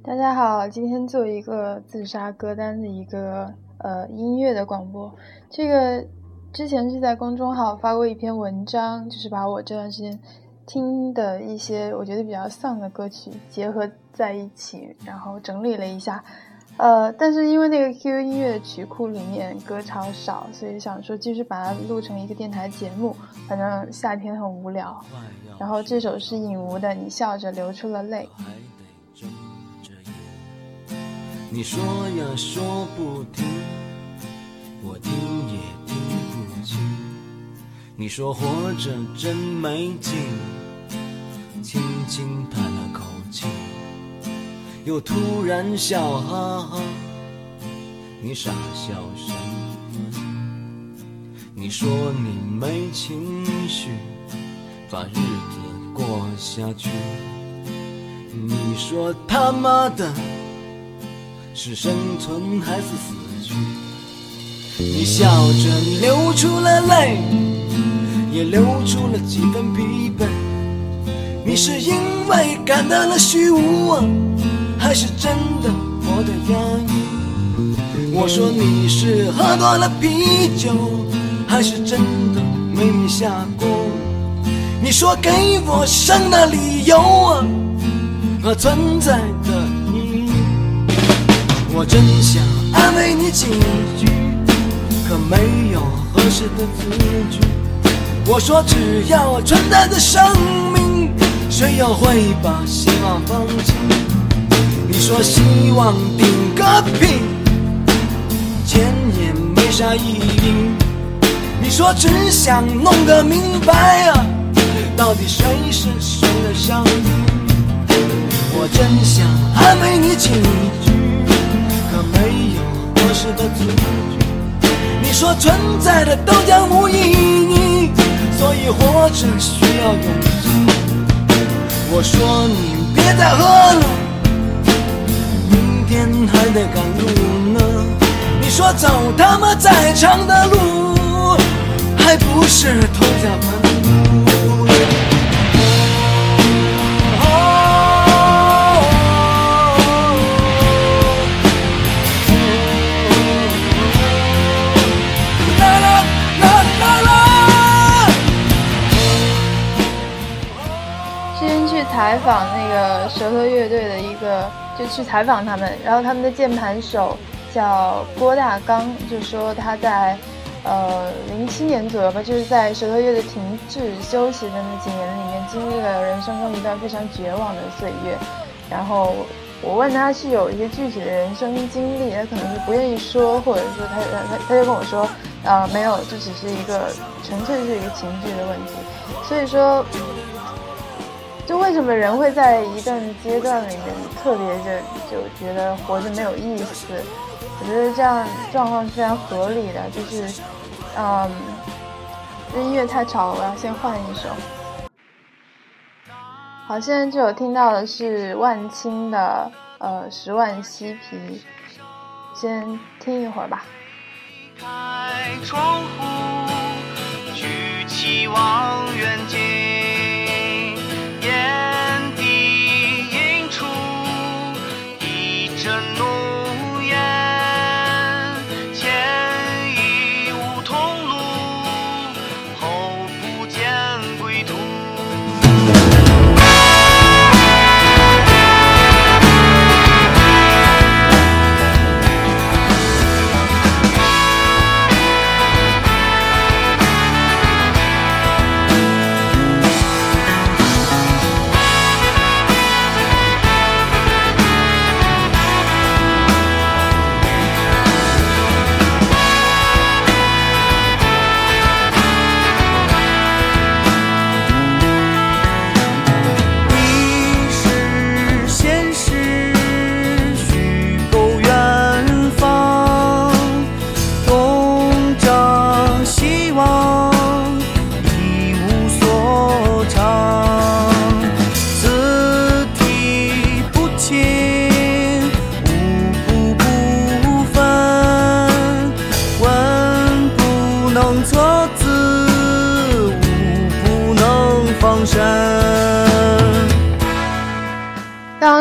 大家好，今天做一个自杀歌单的一个音乐的广播。这个之前是在公众号发过一篇文章，就是把我这段时间听的一些我觉得比较丧的歌曲结合在一起，然后整理了一下。但是因为那个 QQ 音乐的曲库里面歌超少，所以想说继续把它录成一个电台节目，反正夏天很无聊。然后这首是尹吾的《你笑着流出了泪》。 你说呀说不听，我听也听不清。你说活着真没劲，轻轻叹了口气，又突然笑哈哈，你傻笑什么？你说你没情绪，把日子过下去。你说他妈的是生存还是死去？你笑着流出了泪，也流出了几分疲惫。你是因为感到了虚无啊，还是真的活得压抑？我说你是喝多了啤酒，还是真的没你下锅？你说给我生的理由啊，和存在的意义。我真想安慰你几句，可没有合适的字句。我说只要存在的生命，谁又会把希望放弃？你说希望顶个屁，钱也没啥意义。你说只想弄个明白啊，到底谁是谁的上帝？我真想安慰你几句，可没有合适的字句。你说存在的都将无意义，所以活着需要勇气。我说你别再喝了，明天还得赶路呢。你说走他妈再长的路，还不是头下坟墓。 采访那个舌头乐队的一个，就去采访他们，然后他们的键盘手叫郭大刚，就说他在07年左右吧，就是在舌头乐队停滞休息的那几年里面，经历了人生中一段非常绝望的岁月。然后我问他是有一些具体的人生经历，他可能是不愿意说，或者说他就跟我说没有，这只是一个纯粹是一个情绪的问题。所以说就为什么人会在一段阶段里面特别就觉得活着没有意思？我觉得这样状况是非常合理的。就是这音乐太吵了，我要先换一首。好，现在这首听到的是万青的10万嬉皮，先听一会儿吧。 开窗户，举起望远镜，眼底映出一阵怒焰，前已无同路，后不见归途。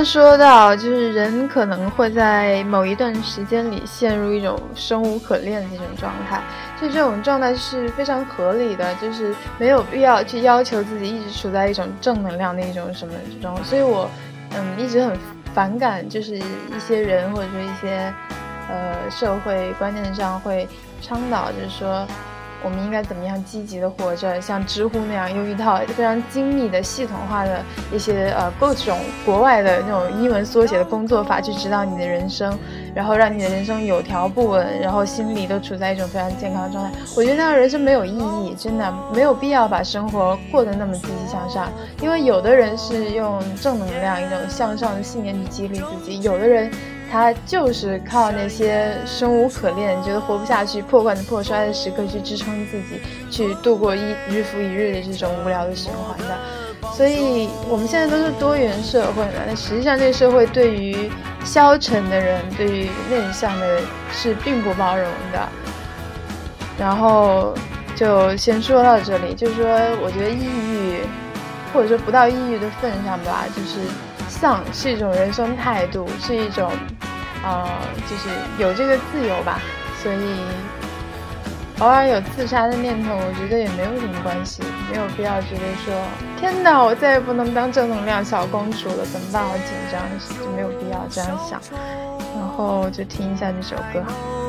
说到，就是人可能会在某一段时间里陷入一种生无可恋的这种状态，就这种状态是非常合理的，就是没有必要去要求自己一直处在一种正能量的一种什么之中。所以我一直很反感，就是一些人或者说一些社会观念上会倡导，就是说我们应该怎么样积极的活着，像知乎那样用一套非常精密的系统化的一些各种国外的那种英文缩写的工作法去指导你的人生，然后让你的人生有条不紊，然后心里都处在一种非常健康的状态。我觉得那样人生没有意义，真的没有必要把生活过得那么积极向上。因为有的人是用正能量一种向上的信念去激励自己，有的人他就是靠那些生无可恋，觉得活不下去，破罐子破摔的时刻去支撑自己，去度过日复一日的这种无聊的循环的。所以我们现在都是多元社会嘛，但实际上这个社会对于消沉的人，对于内向的人是并不包容的。然后就先说到这里，就是说我觉得抑郁或者说不到抑郁的份上吧，就是丧是一种人生态度，是一种就是有这个自由吧，所以偶尔有自杀的念头，我觉得也没有什么关系，没有必要觉得说天哪，我再也不能当正能量小公主了，怎么办？好紧张，就没有必要这样想。然后就听一下这首歌。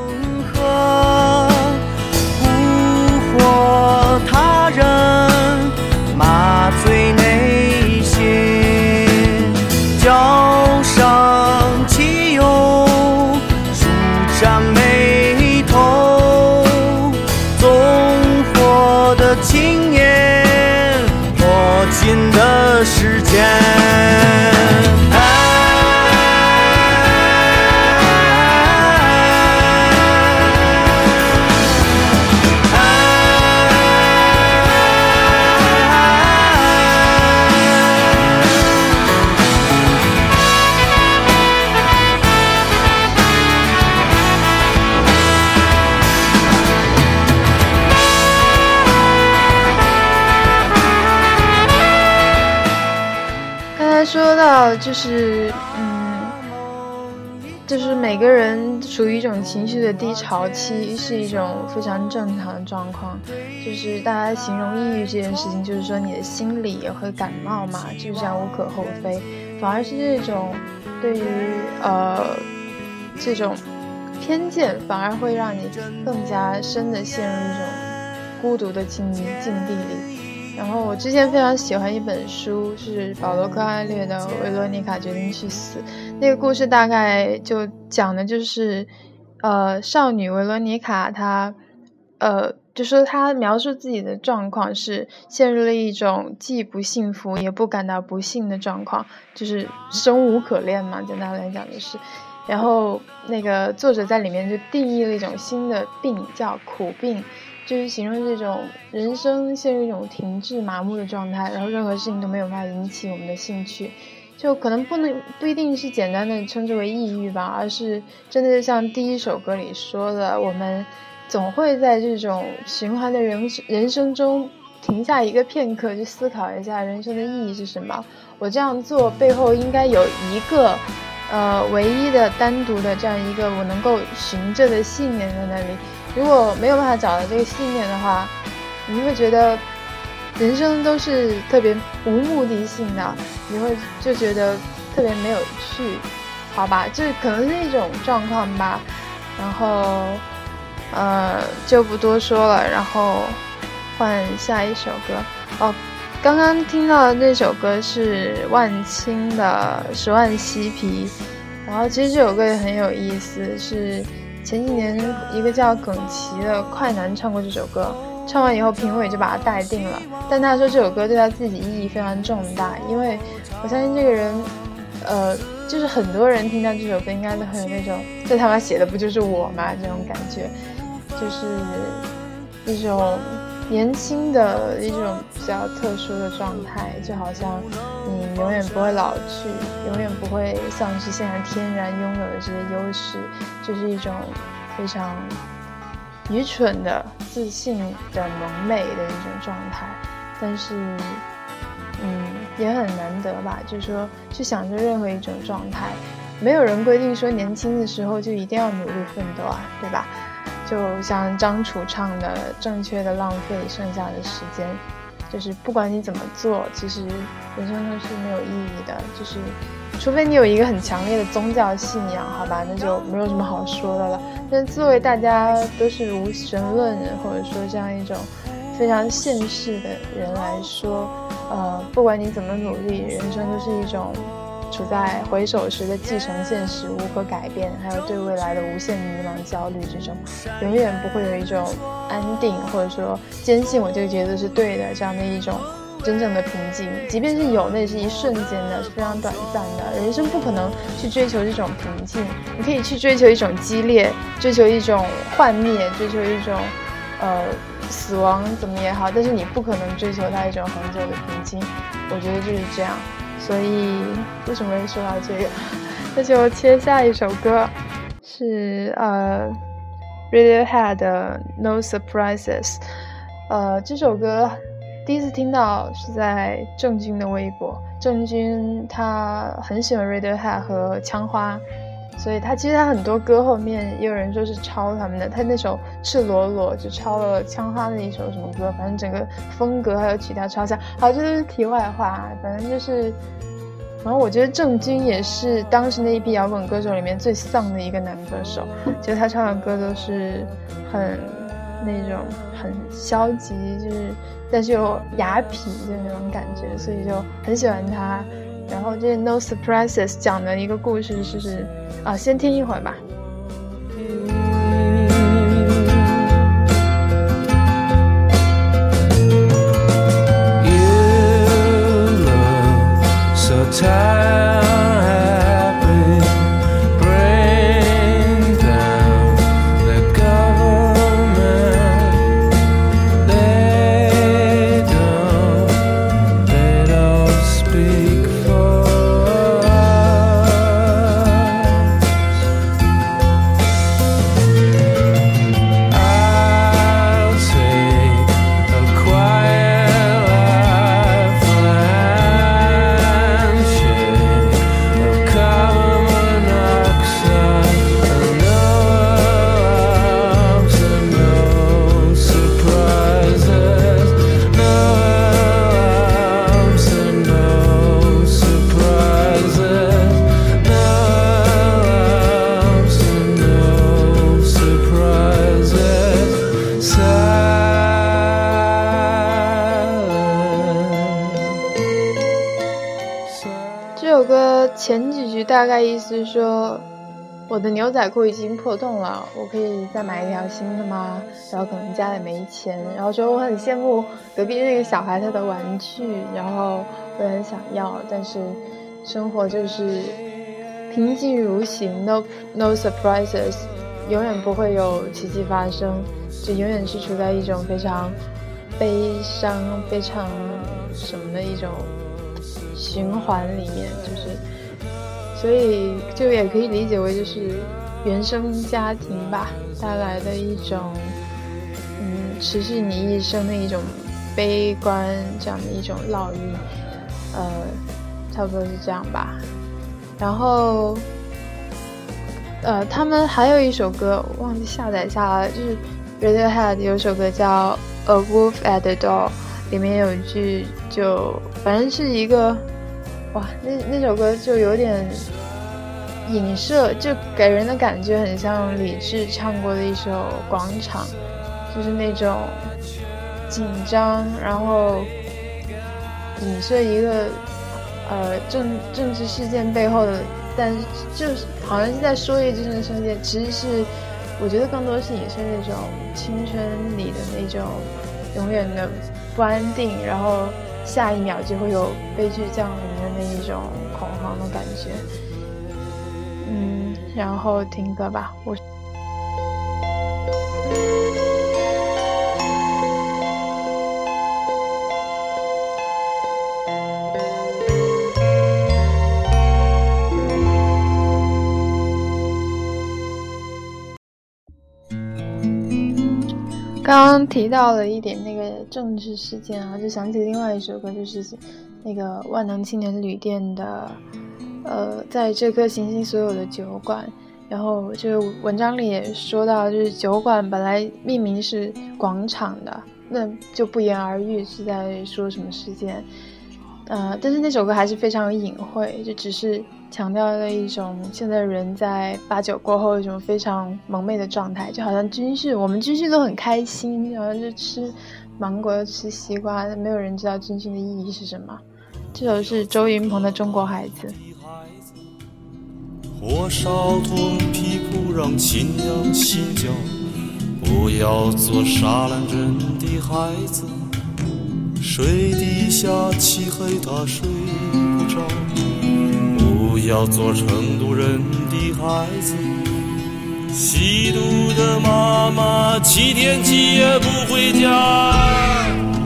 蛊惑他人，麻醉内心，脚上汽油，舒张眉头，纵火的青年，迫近的时间。 说到就是就是每个人处于一种情绪的低潮期，是一种非常正常的状况。就是大家形容抑郁这件事情，就是说你的心里也会感冒嘛，就是这样无可厚非。反而是这种对于这种偏见，反而会让你更加深的陷入一种孤独的境地里。然后我之前非常喜欢一本书，是保罗·柯艾略的《维罗妮卡决定去死》。那个故事大概就讲的就是少女维罗妮卡她就说她描述自己的状况是陷入了一种既不幸福也不感到不幸的状况，就是生无可恋嘛，简单来讲就是。然后那个作者在里面就定义了一种新的病，叫苦病，就是形容这种人生陷入一种停滞麻木的状态，然后任何事情都没有办法引起我们的兴趣，就可能不一定是简单的称之为抑郁吧，而是真的就像第一首歌里说的，我们总会在这种循环的人生中停下一个片刻，去思考一下人生的意义是什么，我这样做背后应该有一个唯一的单独的这样一个我能够循着的信念在那里。如果没有办法找到这个信念的话，你会觉得人生都是特别无目的性的，你会就觉得特别没有趣，好吧，这可能是一种状况吧。然后就不多说了，然后换下一首歌。刚刚听到的那首歌是万青的《10万嬉皮》，然后其实这首歌也很有意思，是前几年一个叫耿琦的快男唱过这首歌，唱完以后评委就把他待定了，但他说这首歌对他自己意义非常重大，因为我相信这个人就是很多人听到这首歌应该都会有那种这他妈写的不就是我吗这种感觉，就是一种年轻的一种比较特殊的状态，就好像你永远不会老去，永远不会丧失现在天然拥有的这些优势，就是一种非常愚蠢的自信的蒙昧的一种状态。但是也很难得吧，就是说去享受任何一种状态，没有人规定说年轻的时候就一定要努力奋斗啊，对吧？就像张楚唱的正确的浪费剩下的时间，就是不管你怎么做，其实人生都是没有意义的，就是除非你有一个很强烈的宗教信仰，好吧，那就没有什么好说的了。但作为大家都是无神论人，或者说这样一种非常现实的人来说，不管你怎么努力，人生都是一种处在回首时的既成现实无可改变，还有对未来的无限迷茫焦虑之中，永远不会有一种安定或者说坚信我这个觉得是对的这样的一种真正的平静。即便是有，那也是一瞬间的，是非常短暂的。人生不可能去追求这种平静，你可以去追求一种激烈，追求一种幻灭，追求一种死亡怎么也好，但是你不可能追求它一种很久的平静，我觉得就是这样。所以为什么会说到这个，那就切下一首歌，是Radiohead 的 No Surprises。这首歌第一次听到是在郑钧的微博，郑钧他很喜欢 Radiohead 和枪花，所以其实他很多歌后面也有人说是抄他们的，他那首赤裸裸就抄了枪花的一首什么歌，反正整个风格还有曲调超像。好，这都是题外话，反正我觉得郑钧也是当时那一批摇滚歌手里面最丧的一个男歌手，其实他唱的歌都是很那种很消极，就是但是又雅痞的那种感觉，所以就很喜欢他。然后这 No Surprises 讲的一个故事是先听一会儿吧。前几句大概意思是说，我的牛仔裤已经破洞了，我可以再买一条新的吗？然后可能家里没钱，然后说我很羡慕隔壁那个小孩他的玩具，然后我也很想要，但是生活就是平静如行 no surprises， 永远不会有奇迹发生，就永远是处在一种非常悲伤非常什么的一种循环里面，就是所以就也可以理解为就是原生家庭吧带来的一种持续你一生的一种悲观这样的一种烙印，差不多是这样吧。然后他们还有一首歌我忘记下载下来了，就是 Radiohead 有首歌叫 A Wolf at the Door， 里面有一句就反正是一个那首歌就有点影射，就给人的感觉很像李志唱过的一首《广场》，就是那种紧张，然后影射一个政治事件背后的，但是就是好像是在说一个政治事件，其实是我觉得更多是影射那种青春里的那种永远的不安定，然后下一秒就会有悲剧降临的那一种恐慌的感觉。然后听歌吧，刚刚提到了一点那个政治事件啊，就想起另外一首歌，就是那个万能青年旅店的在这颗行星所有的酒馆。然后这个文章里也说到，就是酒馆本来命名是广场的，那就不言而喻是在说什么事件。但是那首歌还是非常有隐晦，就只是强调了一种现在人在89过后一种非常蒙昧的状态，就好像我们军训都很开心，好像就吃芒果吃西瓜，没有人知道军训的意义是什么。这首是周云鹏的《中国孩子》。 火烧痛屁股让亲娘心焦，不要做傻懒人的孩子，水底下漆黑他睡不着，不要做成都人的孩子，吸毒的妈妈7天7夜不回家。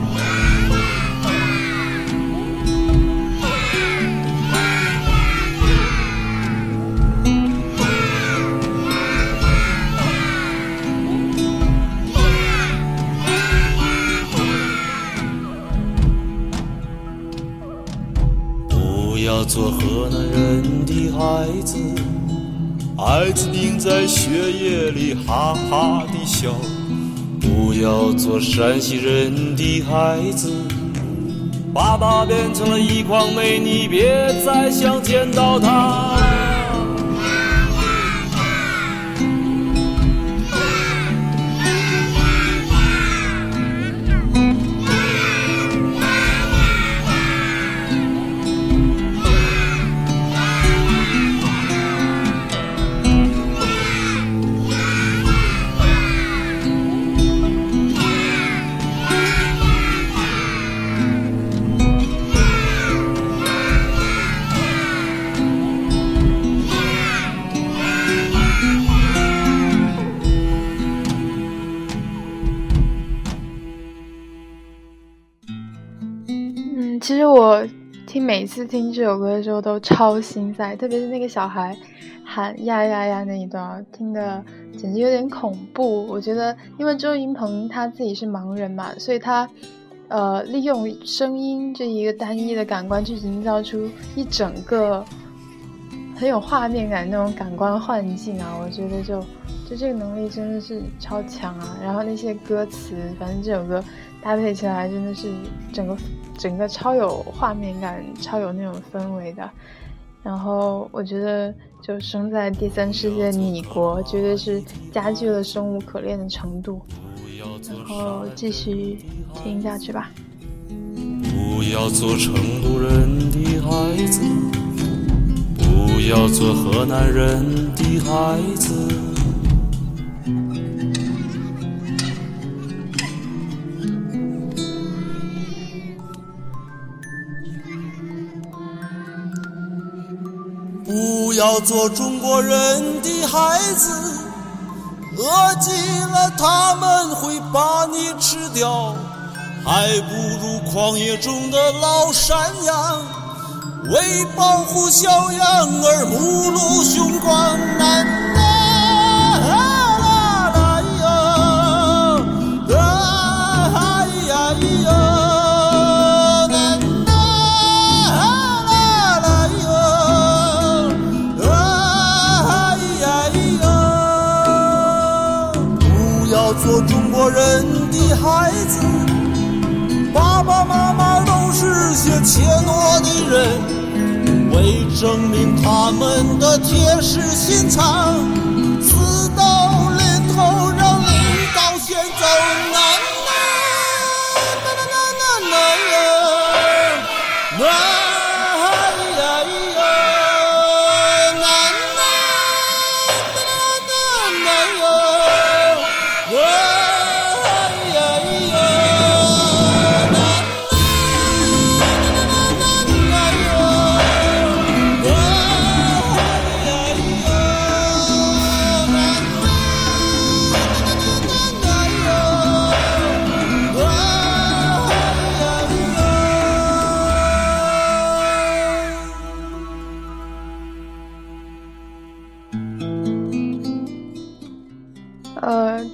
不要做河南人的孩子，艾滋病在血液里哈哈地笑。不要做山西人的孩子，爸爸变成了一筐煤，你别再想见到他。 其实我每次听这首歌的时候都超心塞，特别是那个小孩喊呀呀呀那一段，听的简直有点恐怖。我觉得因为周云鹏他自己是盲人嘛，所以他利用声音这一个单一的感官去营造出一整个很有画面感那种感官幻境啊，我觉得就这个能力真的是超强啊。然后那些歌词，反正这首歌搭配起来真的是整个超有画面感，超有那种氛围的。然后我觉得就生在第三世界的你国绝对是加剧了生无可恋的程度。然后继续听下去吧。 不要做成都人的孩子，不要做河南人的孩子，不要做中国人的孩子，饿极了他们会把你吃掉，还不如旷野中的老山羊，为保护小羊儿目露凶光。做中国人的孩子，爸爸妈妈都是些怯懦的人，为证明他们的铁石心肠，死到临头让领导先走。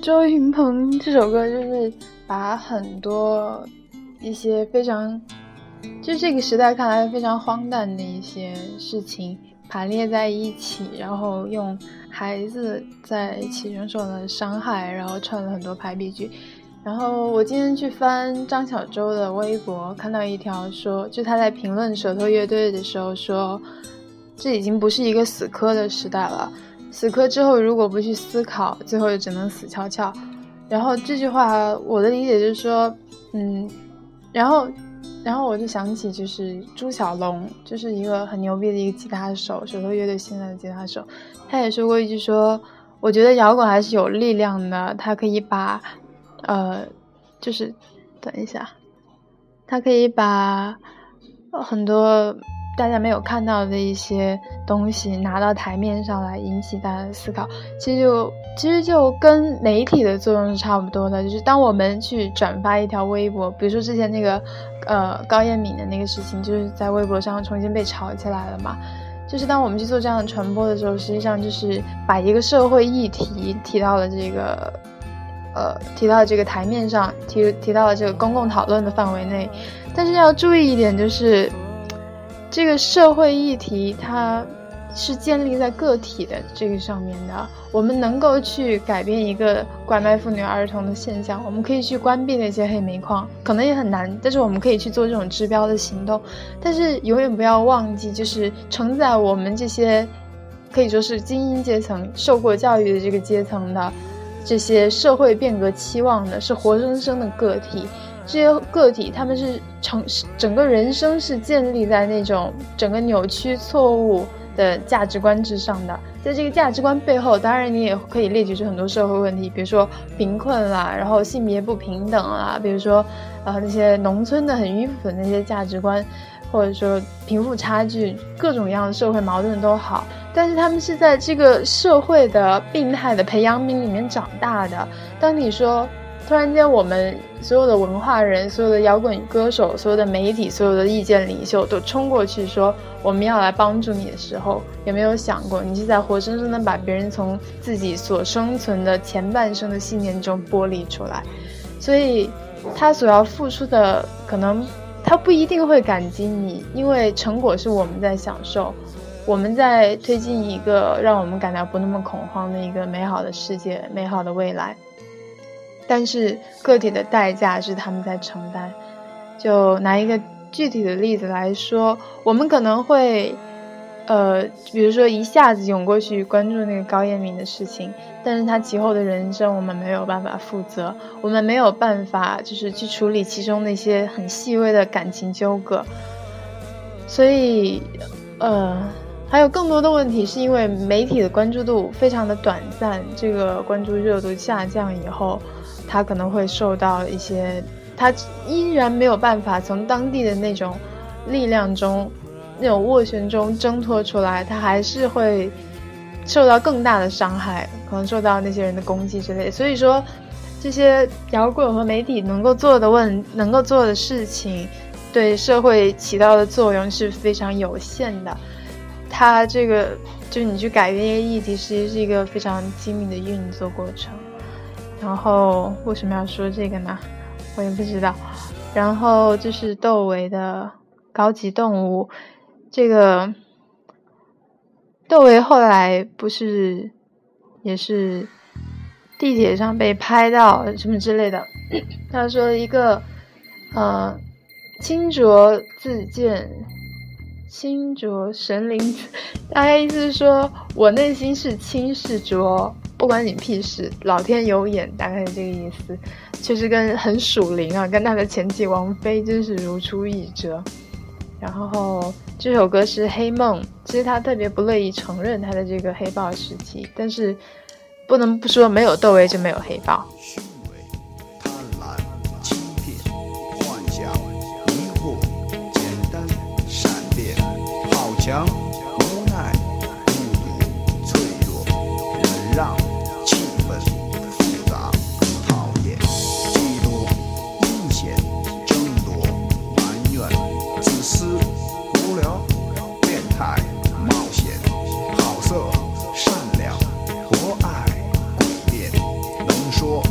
周云鹏这首歌就是把很多一些非常就这个时代看来非常荒诞的一些事情排列在一起，然后用孩子在其中受到的伤害，然后串了很多排比句。然后我今天去翻张小舟的微博，看到一条说，就他在评论舌头乐队的时候说，这已经不是一个死磕的时代了，死磕之后如果不去思考，最后就只能死翘翘。然后这句话我的理解就是说然后我就想起就是朱小龙，就是一个很牛逼的一个吉他手，舌头乐队现在的吉他手，他也说过一句说，我觉得摇滚还是有力量的，他可以把就是等一下，他可以把很多大家没有看到的一些东西拿到台面上来引起大家的思考。其实就跟媒体的作用是差不多的，就是当我们去转发一条微博，比如说之前那个高彦敏的那个事情，就是在微博上重新被炒起来了嘛，就是当我们去做这样的传播的时候，实际上就是把一个社会议题提到了这个台面上，提到了这个公共讨论的范围内。但是要注意一点，就是这个社会议题它是建立在个体的这个上面的，我们能够去改变一个拐卖妇女儿童的现象，我们可以去关闭那些黑煤矿，可能也很难，但是我们可以去做这种治标的行动。但是永远不要忘记，就是承载我们这些可以说是精英阶层，受过教育的这个阶层的这些社会变革期望的，是活生生的个体。这些个体他们是整个人生是建立在那种整个扭曲错误的价值观之上的，在这个价值观背后，当然你也可以列举出很多社会问题，比如说贫困啦，然后性别不平等啦，比如说那些农村的很迂腐的那些价值观，或者说贫富差距，各种各样的社会矛盾都好，但是他们是在这个社会的病态的培养皿里面长大的。当你说突然间我们所有的文化人，所有的摇滚歌手，所有的媒体，所有的意见领袖都冲过去说我们要来帮助你的时候，有没有想过你是在活生生的把别人从自己所生存的前半生的信念中剥离出来？所以他所要付出的，可能他不一定会感激你，因为成果是我们在享受，我们在推进一个让我们感到不那么恐慌的一个美好的世界，美好的未来。但是个体的代价是他们在承担。就拿一个具体的例子来说，我们可能会比如说一下子涌过去关注那个高彦敏的事情，但是他其后的人生我们没有办法负责，我们没有办法就是去处理其中那些很细微的感情纠葛。所以还有更多的问题是因为媒体的关注度非常的短暂，这个关注热度下降以后，他可能会受到一些，他依然没有办法从当地的那种力量中，那种斡旋中挣脱出来，他还是会受到更大的伤害，可能受到那些人的攻击之类的。所以说这些摇滚和媒体能够做的事情，对社会起到的作用是非常有限的。它这个就是你去改变一个议题，实际是一个非常精密的运作过程。然后为什么要说这个呢？我也不知道。然后就是窦唯的高级动物，这个窦唯后来不是也是地铁上被拍到什么之类的，他说一个清浊自见，清浊神灵，大概意思是说我内心是清是浊，不关你屁事，老天有眼，大概是这个意思。确实跟很属灵啊，跟他的前妻王菲真是如出一辙。然后这首歌是黑梦，其实他特别不乐意承认他的这个黑豹时期，但是不能不说没有窦唯就没有黑豹。 虚伪、贪婪、欺骗、幻想、迷惑、简单、善变、好强、无奈、孤独、脆弱、忍让、气愤、复杂、讨厌、嫉妒、阴险、争夺、埋怨、自私、无聊、变态、冒险、好色、善良、博爱、诡辩、能说、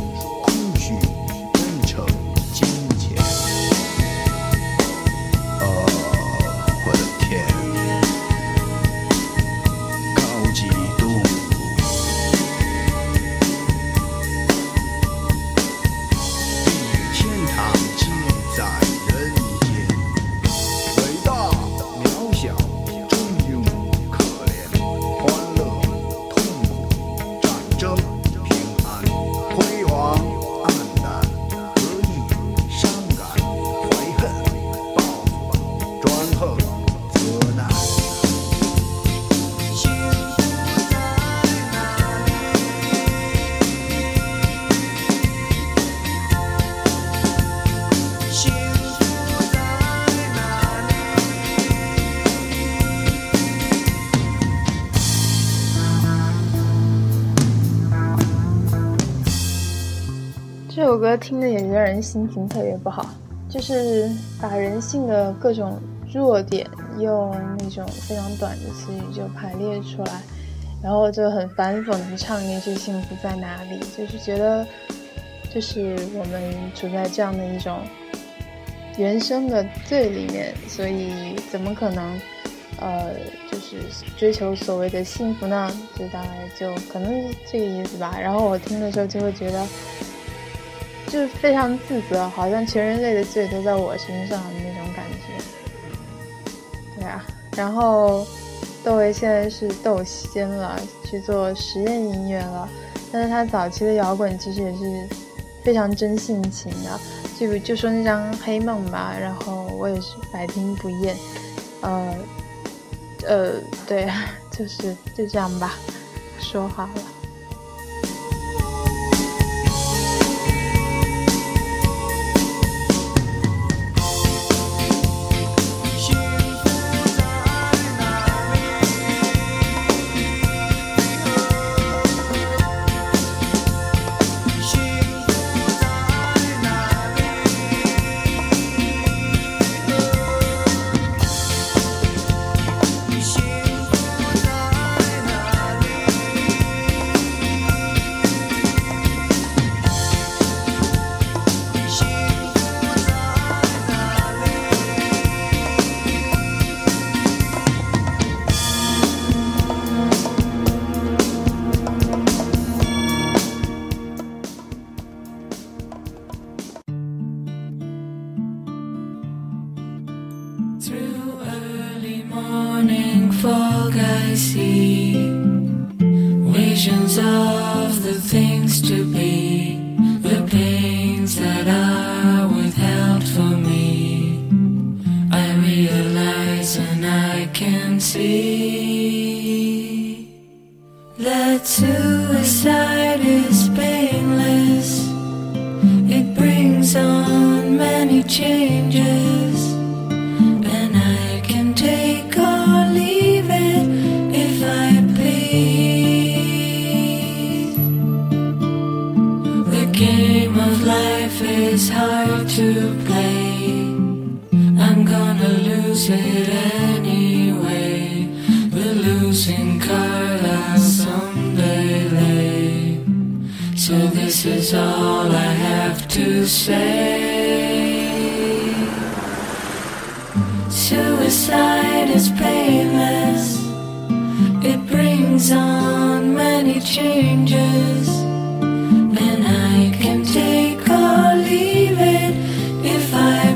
首歌听的也觉得人心情特别不好，就是把人性的各种弱点用那种非常短的词语就排列出来，然后就很反讽地唱那句幸福在哪里，就是觉得就是我们处在这样的一种人生的最里面，所以怎么可能就是追求所谓的幸福呢？就大概就可能是这个意思吧。然后我听的时候就会觉得就是非常自责，好像全人类的罪都在我身上的那种感觉。对啊，然后窦唯现在是窦仙了，去做实验音乐了，但是他早期的摇滚其实也是非常真性情的，就说那张黑梦吧，然后我也是百听不厌，对，就这样吧，说好了。 fog I see visions of the things to be, the pains that are withheld for me. I realize and I can see that suicide is painless. It brings on many changes, and I can take or leave it if I please. The game of life is hard to play. I'm gonna lose it anyway. The losing card I'll someday lay. So this is all I have to say. Suicide is painless. It brings on many changes, and I can take or leave it if I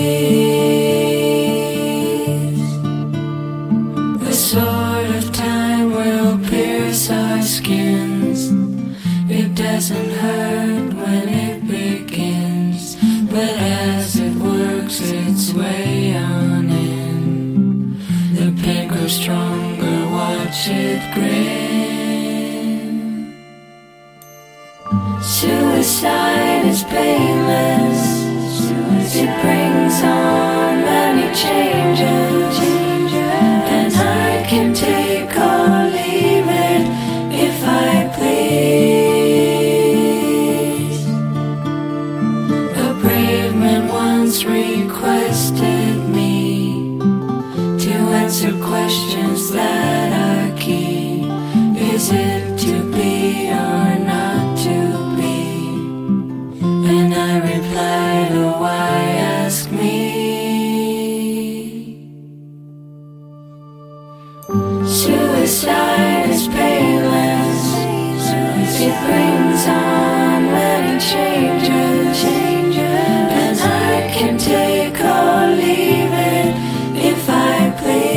please. The sword of time will pierce our skins. It doesn't hurt when it begins, but as it works its way on in, the pain grows stronger, watch it grin. Suicide is painless. It brings on many changes, and I can take or leave it if I please. A brave man once requested me to answer questions that are key. Is it to be or not to be? And I replied, oh, why ask me? Suicide is painless. It brings on many changes, and I can take or leave it if I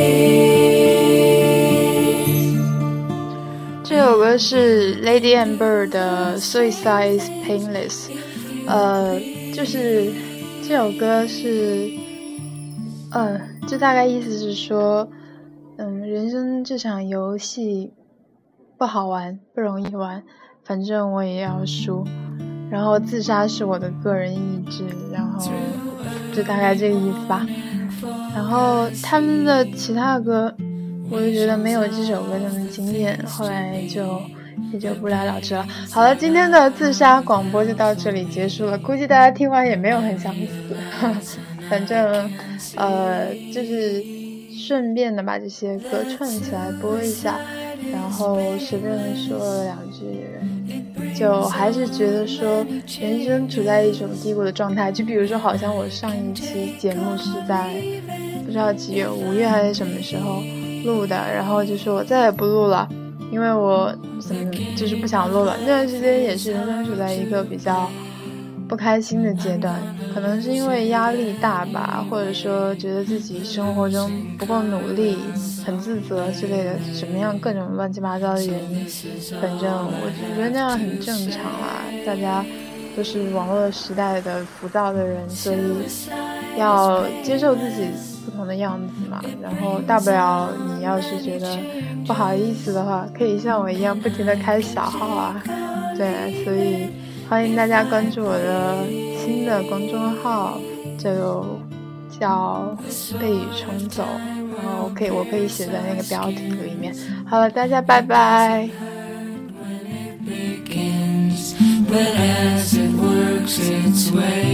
please. 这首歌是 Lady Amber 的 Suicide is Painless。就是这首歌是，这大概意思是说，人生这场游戏不好玩，不容易玩，反正我也要输，然后自杀是我的个人意志，然后就大概这个意思吧。然后他们的其他的歌，我就觉得没有这首歌那么惊艳，后来就也就不了了之了。好了，今天的自杀广播就到这里结束了，估计大家听完也没有很想死，反正就是顺便的把这些歌串起来播一下，然后随便说了2句，就还是觉得说人生处在一种低谷的状态。就比如说好像我上一期节目是在不知道几月，5月还是什么时候录的，然后就说我再也不录了，因为我就是不想录了。那段时间也是人生处在一个比较不开心的阶段，可能是因为压力大吧，或者说觉得自己生活中不够努力，很自责之类的，什么样各种乱七八糟的原因。反正我觉得那样很正常啦，大家都是网络时代的浮躁的人，所以要接受自己不同的样子嘛。然后大不了你要是觉得不好意思的话，可以像我一样不停地开小号啊。对，所以欢迎大家关注我的新的公众号，就叫被雨冲走，然后我可以写在那个标题里面。好了，大家拜拜。 But as it works its way